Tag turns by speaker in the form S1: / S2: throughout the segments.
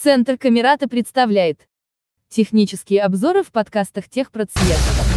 S1: Центр Камерата представляет технические обзоры в подкастах Техпроцвет.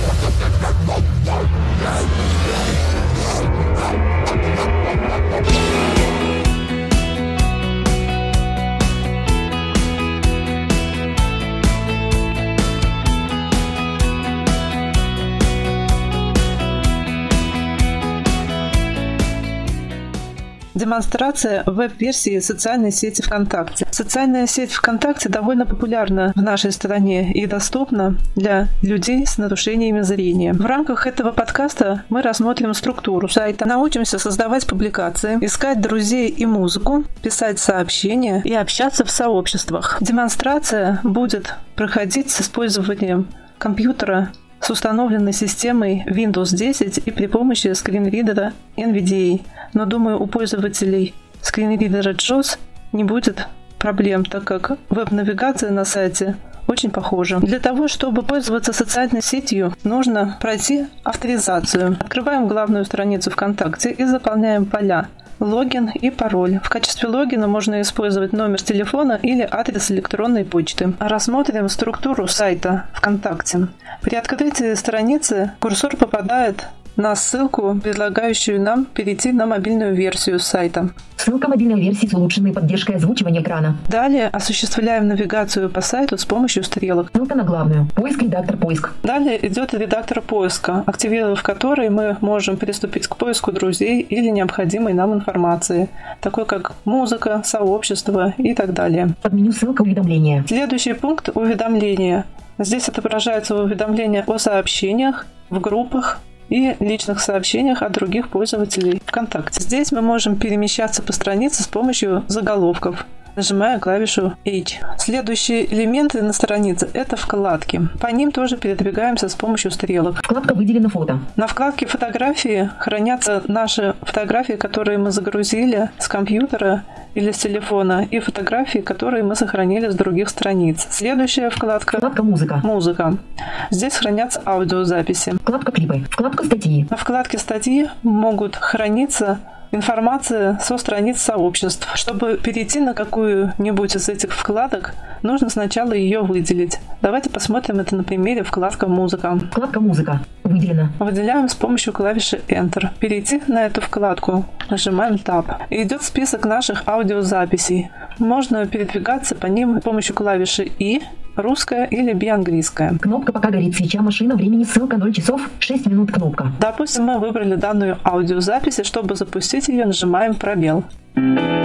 S2: Демонстрация веб-версии социальной сети ВКонтакте. Социальная сеть ВКонтакте довольно популярна в нашей стране и доступна для людей с нарушениями зрения. В рамках этого подкаста мы рассмотрим структуру сайта, научимся создавать публикации, искать друзей и музыку, писать сообщения и общаться в сообществах. Демонстрация будет проходить с использованием компьютера с установленной системой Windows 10 и при помощи скринридера NVDA. Но, думаю, у пользователей скринридера JAWS не будет проблем, так как веб-навигация на сайте очень похожа. Для того, чтобы пользоваться социальной сетью, нужно пройти авторизацию. Открываем главную страницу ВКонтакте и заполняем поля логин и пароль. В качестве логина можно использовать номер телефона или адрес электронной почты. Рассмотрим структуру сайта ВКонтакте. При открытии страницы курсор попадает на ссылку, предлагающую нам перейти на мобильную версию сайта.
S3: Ссылка мобильной версии с улучшенной поддержкой озвучивания экрана.
S2: Далее осуществляем навигацию по сайту с помощью стрелок.
S3: Ссылка на главную. Поиск, редактор, поиск.
S2: Далее идет редактор поиска, активировав который мы можем приступить к поиску друзей или необходимой нам информации, такой как музыка, сообщество и так далее.
S3: Под меню ссылка уведомления.
S2: Следующий пункт – уведомления. Здесь отображаются уведомления о сообщениях в группах и личных сообщениях от других пользователей ВКонтакте. Здесь мы можем перемещаться по странице с помощью заголовков, нажимая клавишу H. Следующие элементы на странице – это вкладки. По ним тоже передвигаемся с помощью стрелок.
S3: Вкладка «Выделено фото».
S2: На вкладке «Фотографии» хранятся наши фотографии, которые мы загрузили с компьютера или с телефона, и фотографии, которые мы сохранили с других страниц. Следующая вкладка –
S3: Вкладка «Музыка».
S2: Музыка. Здесь хранятся аудиозаписи.
S3: Вкладка «Клипы». Вкладка «Статьи».
S2: На вкладке «Статьи» могут храниться информация со страниц сообществ. Чтобы перейти на какую-нибудь из этих вкладок, нужно сначала ее выделить. Давайте посмотрим это на примере вкладка «Музыка».
S3: Вкладка «Музыка». Выделена.
S2: Выделяем с помощью клавиши Enter. Перейти на эту вкладку. Нажимаем Tab. И идет список наших аудиозаписей. Можно передвигаться по ним с помощью клавиши И, русская или би-английская.
S3: Кнопка «Пока горит свеча машина», времени ссылка 0 часов 6 минут кнопка.
S2: Допустим, мы выбрали данную аудиозапись, и чтобы запустить ее, нажимаем пробел.
S4: И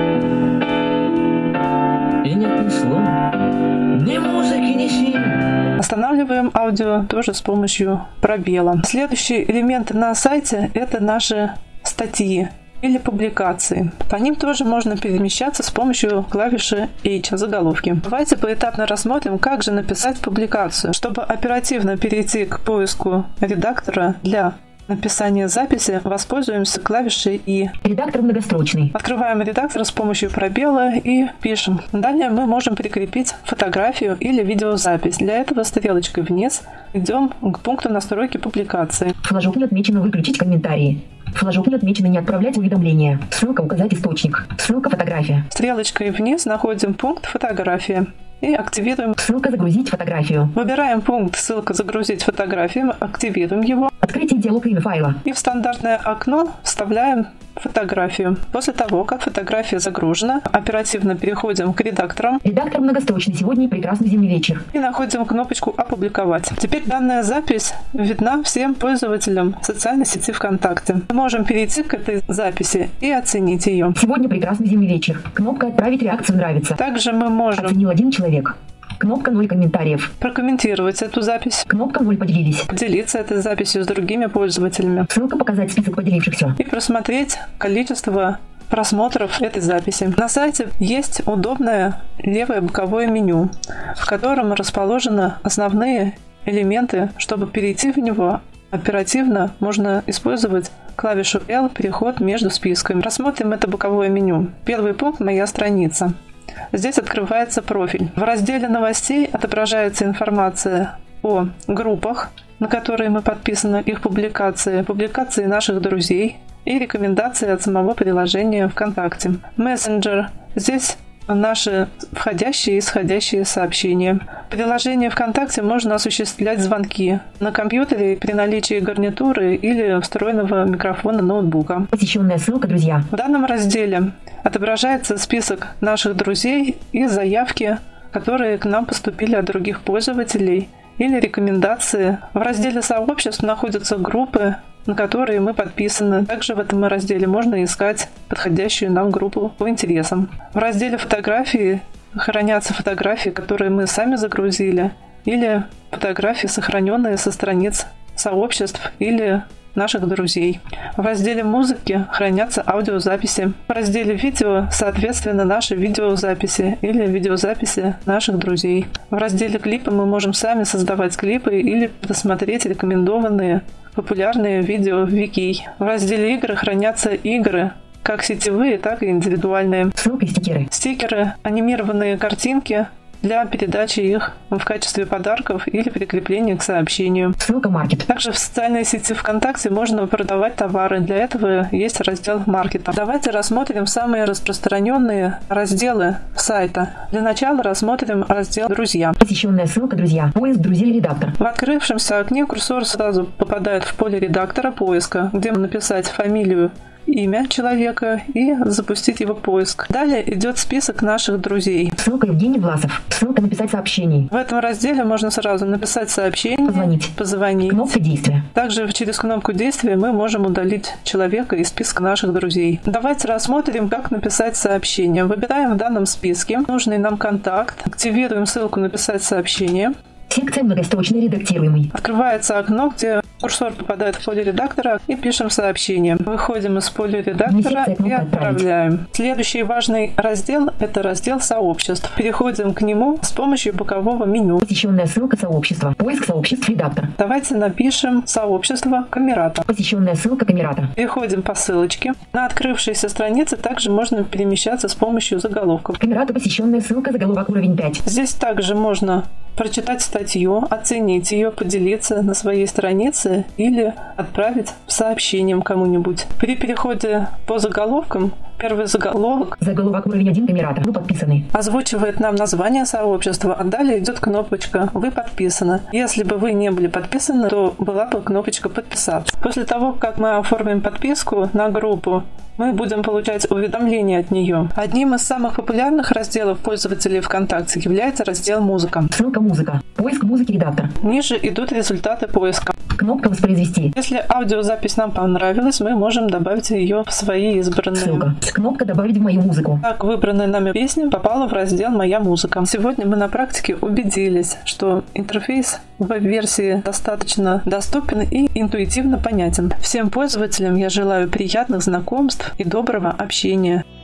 S4: нет ни слова, ни музыки, ни сил.
S2: Останавливаем аудио тоже с помощью пробела. Следующие элементы на сайте – это наши статьи или публикации. По ним тоже можно перемещаться с помощью клавиши H, заголовки. Давайте поэтапно рассмотрим, как же написать публикацию. Чтобы оперативно перейти к поиску редактора для написания записи, воспользуемся клавишей И.
S3: Редактор многострочный.
S2: Открываем редактор с помощью пробела и пишем. Далее мы можем прикрепить фотографию или видеозапись. Для этого стрелочкой вниз идем к пункту настройки публикации.
S3: Флажок не отмечено «Выключить комментарии». Флажок не отмечено «Не отправлять уведомления». Ссылка «Указать источник». Ссылка «Фотография».
S2: Стрелочкой вниз находим пункт «Фотография» и активируем.
S3: Ссылка «Загрузить фотографию».
S2: Выбираем пункт «Ссылка «Загрузить фотографию», активируем его.
S3: Открытие диалога имя файла.
S2: И в стандартное окно вставляем фотографию. После того, как фотография загружена, оперативно переходим к редакторам.
S3: Редактор многострочный. Сегодня прекрасный зимний вечер.
S2: И находим кнопочку «Опубликовать». Теперь данная запись видна всем пользователям социальной сети ВКонтакте. Мы можем перейти к этой записи и оценить ее.
S3: Сегодня прекрасный зимний вечер. Кнопка «Отправить реакцию нравится».
S2: Также мы можем
S3: оценил 1 человек. Кнопка 0 комментариев.
S2: Прокомментировать эту запись.
S3: Кнопка 0 поделились.
S2: Поделиться этой записью с другими пользователями.
S3: Ссылка показать список поделившихся.
S2: И просмотреть количество просмотров этой записи. На сайте есть удобное левое боковое меню, в котором расположены основные элементы. Чтобы перейти в него оперативно, можно использовать клавишу L, переход между списками. Рассмотрим это боковое меню. Первый пункт – «Моя страница». Здесь открывается профиль. В разделе новостей отображается информация о группах, на которые мы подписаны, их публикации наших друзей и рекомендации от самого приложения ВКонтакте. Мессенджер. Здесь наши входящие и исходящие сообщения. В приложении ВКонтакте можно осуществлять звонки на компьютере при наличии гарнитуры или встроенного микрофона ноутбука.
S3: Посещенная ссылка, друзья.
S2: В данном разделе отображается список наших друзей и заявки, которые к нам поступили от других пользователей, или рекомендации. В разделе «Сообществ» находятся группы, на которые мы подписаны. Также в этом разделе можно искать подходящую нам группу по интересам. В разделе «Фотографии» хранятся фотографии, которые мы сами загрузили, или фотографии, сохраненные со страниц сообществ или наших друзей. В разделе «Музыки» хранятся аудиозаписи. В разделе «Видео» соответственно наши видеозаписи или видеозаписи наших друзей. В разделе «Клипы» мы можем сами создавать клипы или просмотреть рекомендованные популярные видео в Вики. В разделе «Игры» хранятся игры, как сетевые, так и индивидуальные.
S3: Ссылка и стикеры.
S2: Стикеры, анимированные картинки для передачи их в качестве подарков или прикрепления к сообщению.
S3: Ссылка «Маркет».
S2: Также в социальной сети ВКонтакте можно продавать товары. Для этого есть раздел «Маркета». Давайте рассмотрим самые распространенные разделы сайта. Для начала рассмотрим раздел «Друзья».
S3: Посещенная ссылка, друзья. Поиск «Друзей» редактор.
S2: В открывшемся окне курсор сразу попадает в поле редактора поиска, где написать фамилию, имя человека и запустить его поиск. Далее идет список наших друзей.
S3: Ссылка Евгений Власов. Ссылка «Написать сообщение».
S2: В этом разделе можно сразу написать сообщение, позвонить.
S3: Кнопка действия.
S2: Также через кнопку действия мы можем удалить человека из списка наших друзей. Давайте рассмотрим, как написать сообщение. Выбираем в данном списке нужный нам контакт, активируем ссылку «Написать сообщение».
S3: Секция многострочный редактируемый.
S2: Открывается окно, где курсор попадает в поле редактора, и пишем сообщение. Выходим из поля редактора и отправляем. Следующий важный раздел – это раздел «Сообществ». Переходим к нему с помощью бокового меню.
S3: Посещенная ссылка «Сообщества». Поиск «Сообществ» редактор.
S2: Давайте напишем «Сообщество Камерата».
S3: Посещенная ссылка «Камерата».
S2: Переходим по ссылочке. На открывшейся странице также можно перемещаться с помощью заголовков.
S3: Камерата, посещенная ссылка, заголовок уровень 5.
S2: Здесь также можно прочитать статью, оценить ее, поделиться на своей странице или отправить сообщением кому-нибудь. При переходе по заголовкам первый заголовок
S3: Заголовок уровень 1 Камерата. Вы подписаны.
S2: озвучивает нам название сообщества, а далее идет кнопочка «Вы подписаны». Если бы вы не были подписаны, то была бы кнопочка «Подписаться». После того, как мы оформим подписку на группу, мы будем получать уведомления от нее. Одним из самых популярных разделов пользователей ВКонтакте является раздел «Музыка».
S3: Ссылка «Музыка». Поиск музыки редактор.
S2: Ниже идут результаты поиска.
S3: Кнопка «Воспроизвести».
S2: Если аудиозапись нам понравилась, мы можем добавить ее в свои избранные.
S3: Ссылка. Кнопка «Добавить в мою музыку».
S2: Так, выбранная нами песня попала в раздел «Моя музыка». Сегодня мы на практике убедились, что интерфейс в веб-версии достаточно доступен и интуитивно понятен. Всем пользователям я желаю приятных знакомств и доброго общения.